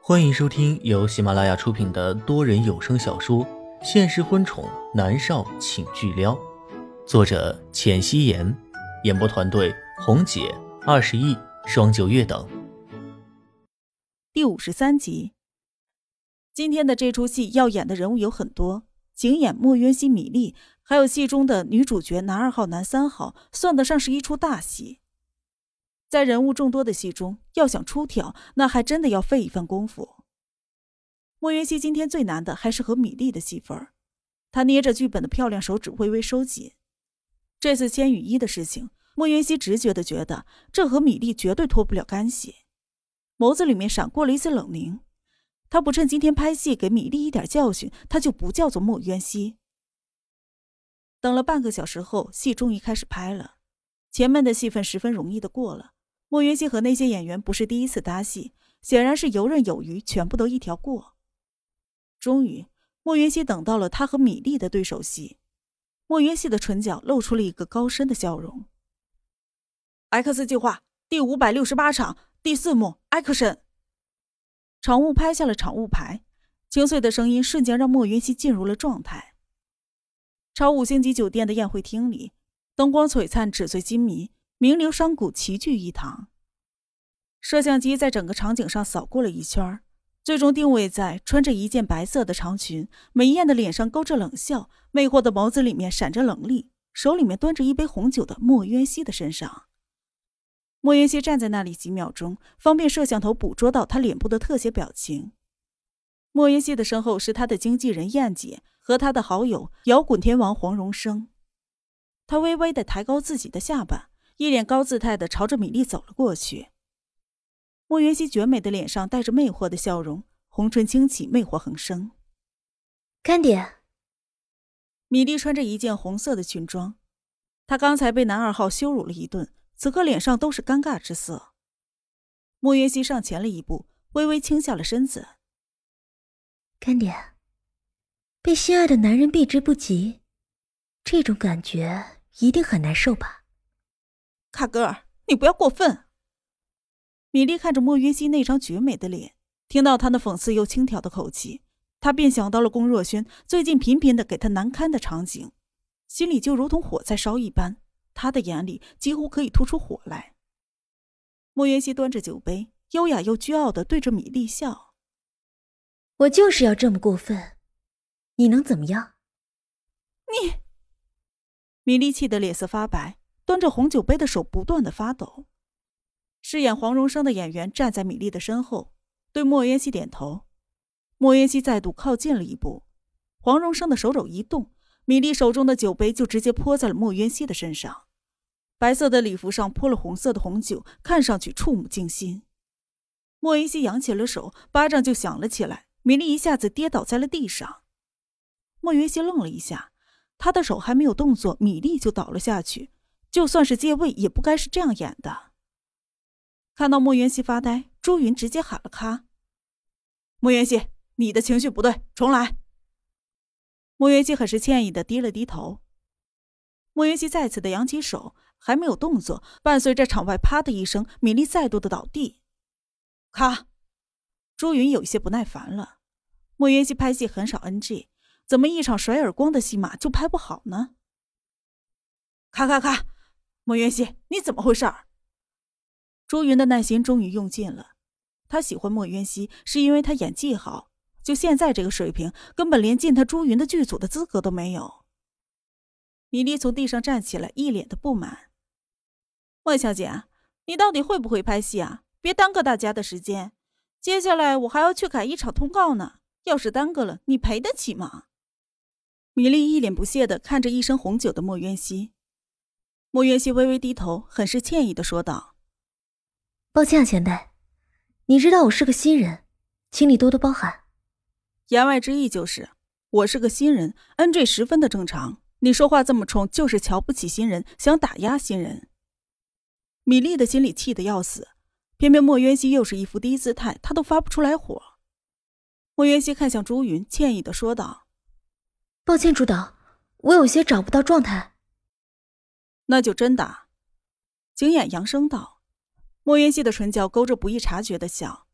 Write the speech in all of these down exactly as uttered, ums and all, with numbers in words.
欢迎收听由喜马拉雅出品的多人有声小说《现实婚宠男少请巨撩》，作者浅汐颜，演播团队红姐、二十亿、双九月等。 第五十三集。今天的这出戏要演的人物有很多，景演、莫渊熙、米粒，还有戏中的女主角男二号、男三号，算得上是一出大戏。在人物众多的戏中，要想出挑，那还真的要费一番功夫。莫渊熙今天最难的还是和米粒的戏份，他捏着剧本的漂亮手指微微收紧。这次千羽一的事情，莫渊熙直觉地觉得这和米粒绝对脱不了干系，眸子里面闪过了一丝冷凝。他不趁今天拍戏给米粒一点教训，他就不叫做莫渊熙。等了半个小时后，戏终于开始拍了。前面的戏份十分容易的过了，莫渊熙和那些演员不是第一次搭戏，显然是游刃有余，全部都一条过。终于，莫渊熙等到了他和米粒的对手戏。莫渊熙的唇角露出了一个高深的笑容。X 计划第五百六十八场第四幕 Action。 场务拍下了场务牌，清脆的声音瞬间让莫渊熙进入了状态。超五星级酒店的宴会厅里，灯光璀璨，纸醉金迷，名流商贾齐聚一堂。摄像机在整个场景上扫过了一圈，最终定位在穿着一件白色的长裙，美艳的脸上勾着冷笑，魅惑的眸子里面闪着冷厉，手里面端着一杯红酒的莫渊熙的身上。莫渊熙站在那里几秒钟，方便摄像头捕捉到他脸部的特写表情。莫渊熙的身后是他的经纪人燕姐和他的好友摇滚天王黄荣生。他微微地抬高自己的下巴，一脸高姿态地朝着米粒走了过去。莫渊熙绝美的脸上带着魅惑的笑容，红唇轻启，魅惑横生。 干爹。 米粒穿着一件红色的裙装，她刚才被男二号羞辱了一顿，此刻脸上都是尴尬之色。莫渊熙上前了一步，微微倾下了身子。 干爹，被心爱的男人避之不及，这种感觉一定很难受吧？ 卡格尔，你不要过分。米莉看着莫渊熙那张绝美的脸，听到他那讽刺又轻佻的口气，他便想到了龚若轩最近频频的给他难堪的场景，心里就如同火在烧一般，他的眼里几乎可以吐出火来。莫渊熙端着酒杯，优雅又倨傲的对着米莉笑。 我就是要这么过分，你能怎么样？ 你……米莉气得脸色发白，端着红酒杯的手不断的发抖。饰演黄荣生的演员站在米莉的身后，对莫渊熙点头。莫渊熙再度靠近了一步，黄荣生的手肘一动，米莉手中的酒杯就直接泼在了莫渊熙的身上。白色的礼服上泼了红色的红酒，看上去触目惊心。莫渊熙扬起了手，巴掌就响了起来，米莉一下子跌倒在了地上。莫渊熙愣了一下，他的手还没有动作，米莉就倒了下去，就算是借位也不该是这样演的。看到莫渊熙发呆，朱云直接喊了咔。莫渊熙，你的情绪不对，重来。莫渊熙很是歉意的低了低头。莫渊熙再次的扬起手，还没有动作，伴随着场外啪的一声，米莉再度的倒地。咔！朱云有些不耐烦了。莫渊熙拍戏很少 N G， 怎么一场甩耳光的戏码就拍不好呢？咔咔咔！莫渊熙，你怎么回事儿？朱云的耐心终于用尽了，他喜欢莫渊熙是因为他演技好，就现在这个水平，根本连进他朱云的剧组的资格都没有。米莉从地上站起来，一脸的不满。莫小姐，你到底会不会拍戏啊？别耽搁大家的时间，接下来我还要去改一场通告呢，要是耽搁了，你赔得起吗？米莉一脸不屑地看着一身红酒的莫渊熙。莫渊熙微微低头，很是歉意地说道： 抱歉啊，前辈，你知道我是个新人，请你多多包涵。 言外之意就是，我是个新人 ，N G 十分的正常。你说话这么冲，就是瞧不起新人，想打压新人。米莉的心里气得要死，偏偏莫渊熙又是一副低姿态，她都发不出来火。莫渊熙看向朱云，歉意地说道： 抱歉朱导，我有些找不到状态。 那就真打。景琰扬声道。莫渊熙的唇角勾着不易察觉的笑，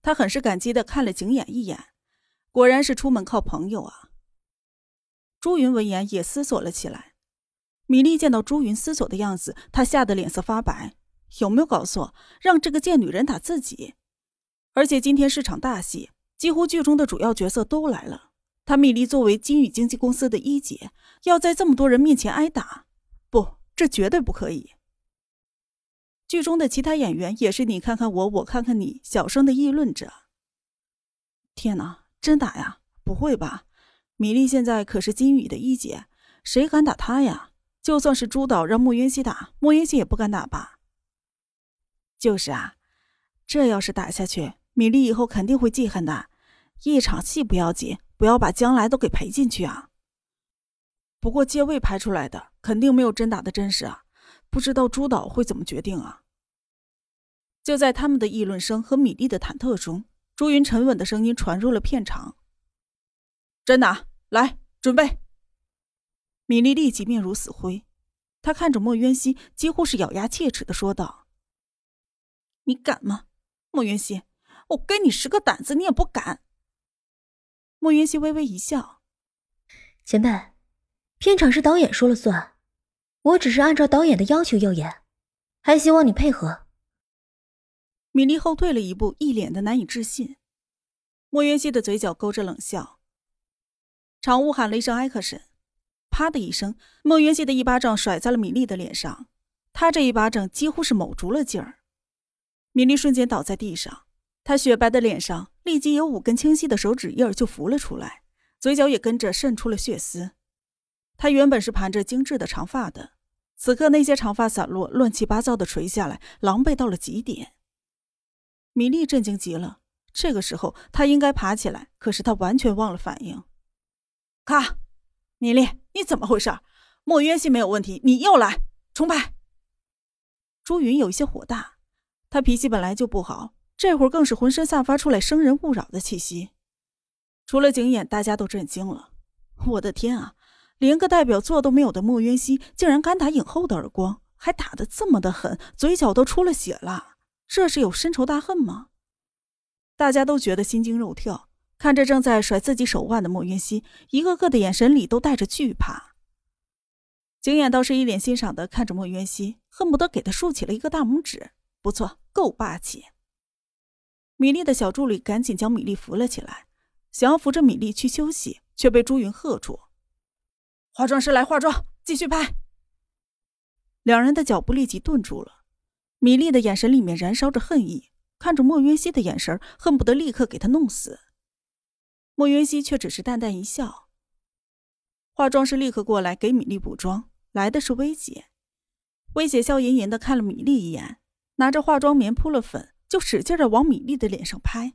他很是感激地看了景琰一眼，果然是出门靠朋友啊。朱云闻言也思索了起来。米粒见到朱云思索的样子，她吓得脸色发白，有没有搞错，让这个贱女人打自己？而且今天是场大戏，几乎剧中的主要角色都来了，她米粒作为金宇经纪公司的一姐，要在这么多人面前挨打，不，这绝对不可以。剧中的其他演员也是你看看我，我看看你，小声的议论着。天哪，真打呀？不会吧，米粒现在可是金宇的一姐，谁敢打她呀？就算是朱导让莫渊熙打，莫渊熙也不敢打吧？就是啊，这要是打下去，米粒以后肯定会记恨的。一场戏不要紧，不要把将来都给赔进去啊。不过借位拍出来的肯定没有真打的真实啊，不知道朱导会怎么决定啊。就在他们的议论声和米粒的忐忑中，朱云沉稳的声音传入了片场。真打，来，准备。米粒立即面如死灰，他看着莫渊熙，几乎是咬牙切齿地说道：你敢吗？莫渊熙，我给你十个胆子你也不敢。莫渊熙微微一笑： 前辈，片场是导演说了算，我只是按照导演的要求要演，还希望你配合。 米粒后退了一步，一脸的难以置信。莫渊熙的嘴角勾着冷笑。常务喊了一声艾克森，啪的一声，莫渊熙的一巴掌甩在了米粒的脸上，他这一巴掌几乎是卯足了劲儿。米粒瞬间倒在地上，他雪白的脸上立即有五根清晰的手指印就浮了出来，嘴角也跟着渗出了血丝。他原本是盘着精致的长发的，此刻那些长发散落，乱七八糟的垂下来，狼狈到了极点。米粒震惊极了，这个时候他应该爬起来，可是他完全忘了反应。咔！米粒，你怎么回事？莫渊熙没有问题，你又来，重拍。朱云有一些火大，他脾气本来就不好，这会儿更是浑身散发出来生人勿扰的气息。除了景琰，大家都震惊了。我的天啊，连个代表作都没有的莫渊熙竟然敢打影后的耳光，还打得这么的狠，嘴角都出了血了，这是有深仇大恨吗？大家都觉得心惊肉跳，看着正在甩自己手腕的莫渊熙，一个个的眼神里都带着惧怕。景琰倒是一脸欣赏的看着莫渊熙，恨不得给他竖起了一个大拇指，不错，够霸气。米粒的小助理赶紧将米粒扶了起来，想要扶着米粒去休息，却被朱云喝住。化妆师来化妆，继续拍。两人的脚步立即顿住了，米粒的眼神里面燃烧着恨意，看着莫渊熙的眼神恨不得立刻给他弄死。莫渊熙却只是淡淡一笑。化妆师立刻过来给米粒补妆，来的是薇姐。薇姐笑吟吟地看了米粒一眼，拿着化妆棉铺了粉，就使劲地往米粒的脸上拍。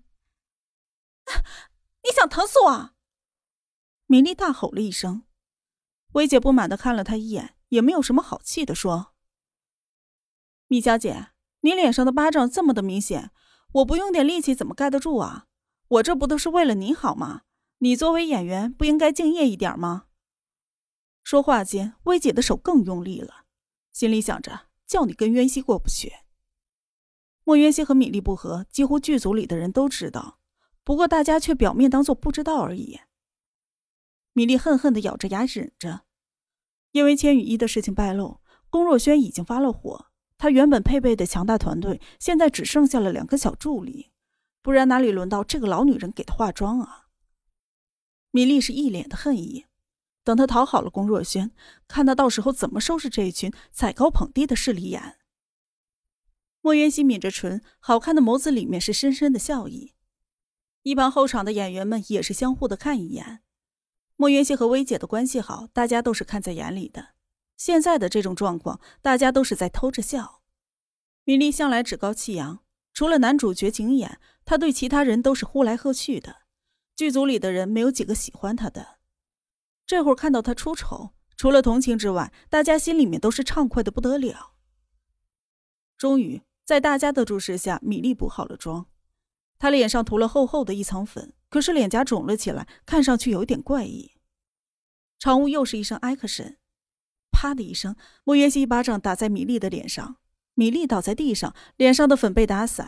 你想疼死我啊！米粒大吼了一声。薇姐不满地看了她一眼，也没有什么好气地说：米小姐，你脸上的巴掌这么的明显，我不用点力气怎么盖得住啊？我这不都是为了你好吗？你作为演员不应该敬业一点吗？说话间，薇姐的手更用力了，心里想着叫你跟渊熙过不去。莫渊熙和米粒不和，几乎剧组里的人都知道，不过大家却表面当作不知道而已。米粒恨恨地咬着牙忍着，因为千羽一的事情败露，龚若轩已经发了火，他原本配备的强大团队现在只剩下了两个小助理，不然哪里轮到这个老女人给她化妆啊？米粒是一脸的恨意，等她讨好了龚若轩，看他到时候怎么收拾这一群踩高捧低的势利眼。莫渊熙抿着唇，好看的眸子里面是深深的笑意。一旁后场的演员们也是相互的看一眼。莫渊熙和薇姐的关系好，大家都是看在眼里的。现在的这种状况，大家都是在偷着笑。米粒向来趾高气扬，除了男主角景琰，他对其他人都是呼来喝去的，剧组里的人没有几个喜欢他的。这会儿看到他出丑，除了同情之外，大家心里面都是畅快的不得了。终于在大家的注视下，米粒补好了妆，她脸上涂了厚厚的一层粉，可是脸颊肿了起来，看上去有点怪异。常务又是一声艾克森，啪的一声，莫渊熙一巴掌打在米粒的脸上，米粒倒在地上，脸上的粉被打散，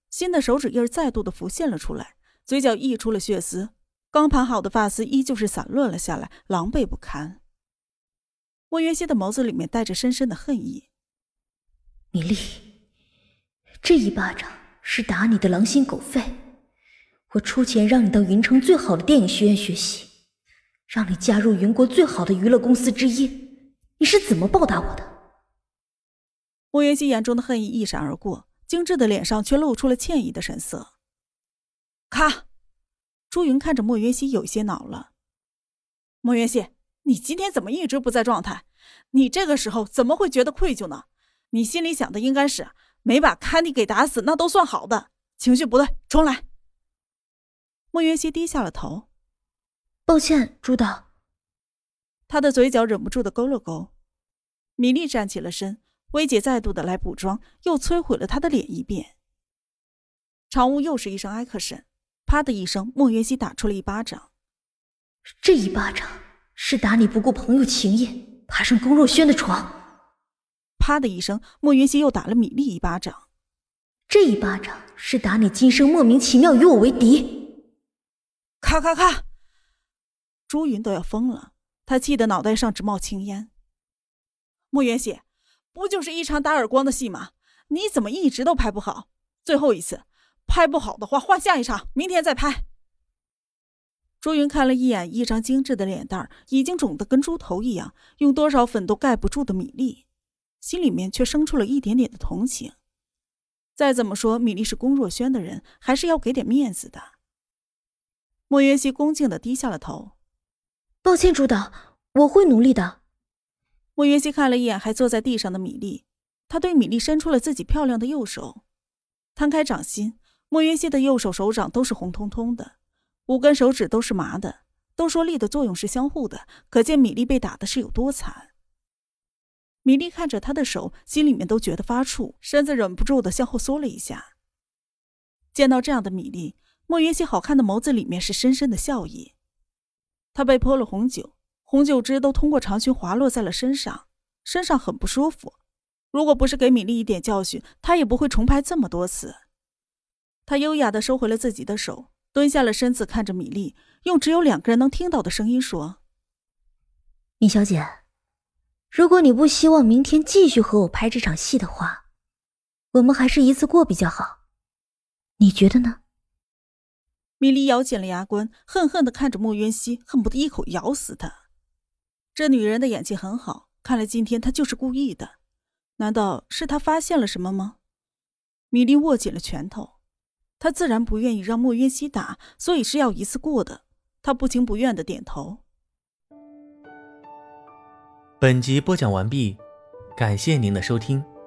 新的手指印再度的浮现了出来，嘴角溢出了血丝，刚盘好的发丝依旧是散落了下来，狼狈不堪。莫云熙的眸子里面带着深深的恨意。 米粒，这一巴掌是打你的狼心狗肺，我出钱让你到云城最好的电影学院学习，让你加入云国最好的娱乐公司之一，你是怎么报答我的？ 莫云熙眼中的恨意一闪而过，精致的脸上却露出了歉意的神色。咔！朱云看着莫云熙有些恼了。莫云熙，你今天怎么一直不在状态？你这个时候怎么会觉得愧疚呢？你心里想的应该是没把坎迪给打死，那都算好的。情绪不对，重来。莫云熙低下了头。 抱歉，朱导。 他的嘴角忍不住的勾了勾。米莉站起了身，薇姐再度的来补妆，又摧毁了他的脸一遍。长屋又是一声哀咳声，啪的一声，莫云熙打出了一巴掌。 这一巴掌是打你不顾朋友情谊，爬上龚若轩的床。 啪的一声，莫云熙又打了米莉一巴掌。 这一巴掌是打你今生莫名其妙与我为敌。 咔咔咔！朱云都要疯了，他气得脑袋上直冒青烟。莫云熙，不就是一场打耳光的戏吗？你怎么一直都拍不好？最后一次，拍不好的话换下一场，明天再拍。朱云看了一眼一张精致的脸蛋，已经肿得跟猪头一样，用多少粉都盖不住的米粒，心里面却生出了一点点的同情。再怎么说，米粒是龚若轩的人，还是要给点面子的。莫云熙恭敬地低下了头。 抱歉，朱导，我会努力的。 莫云熙看了一眼还坐在地上的米粒，他对米粒伸出了自己漂亮的右手，摊开掌心，莫云熙的右手手掌都是红彤彤的，五根手指都是麻的。都说力的作用是相互的，可见米粒被打的是有多惨。米粒看着他的手，心里面都觉得发怵，身子忍不住的向后缩了一下。见到这样的米粒，莫云熙好看的眸子里面是深深的笑意。他被泼了红酒，红酒汁都通过长裙滑落在了身上，身上很不舒服。如果不是给米粒一点教训，他也不会重拍这么多次。他优雅地收回了自己的手，蹲下了身子，看着米粒，用只有两个人能听到的声音说： 米小姐，如果你不希望明天继续和我拍这场戏的话，我们还是一次过比较好，你觉得呢？ 米莉咬紧了牙关，恨恨地看着莫渊熙，恨不得一口咬死他。这女人的演技很好，看来今天她就是故意的。难道是她发现了什么吗？米莉握紧了拳头，她自然不愿意让莫渊熙打，所以是要一次过的。她不情不愿地点头。 本集播讲完毕，感谢您的收听。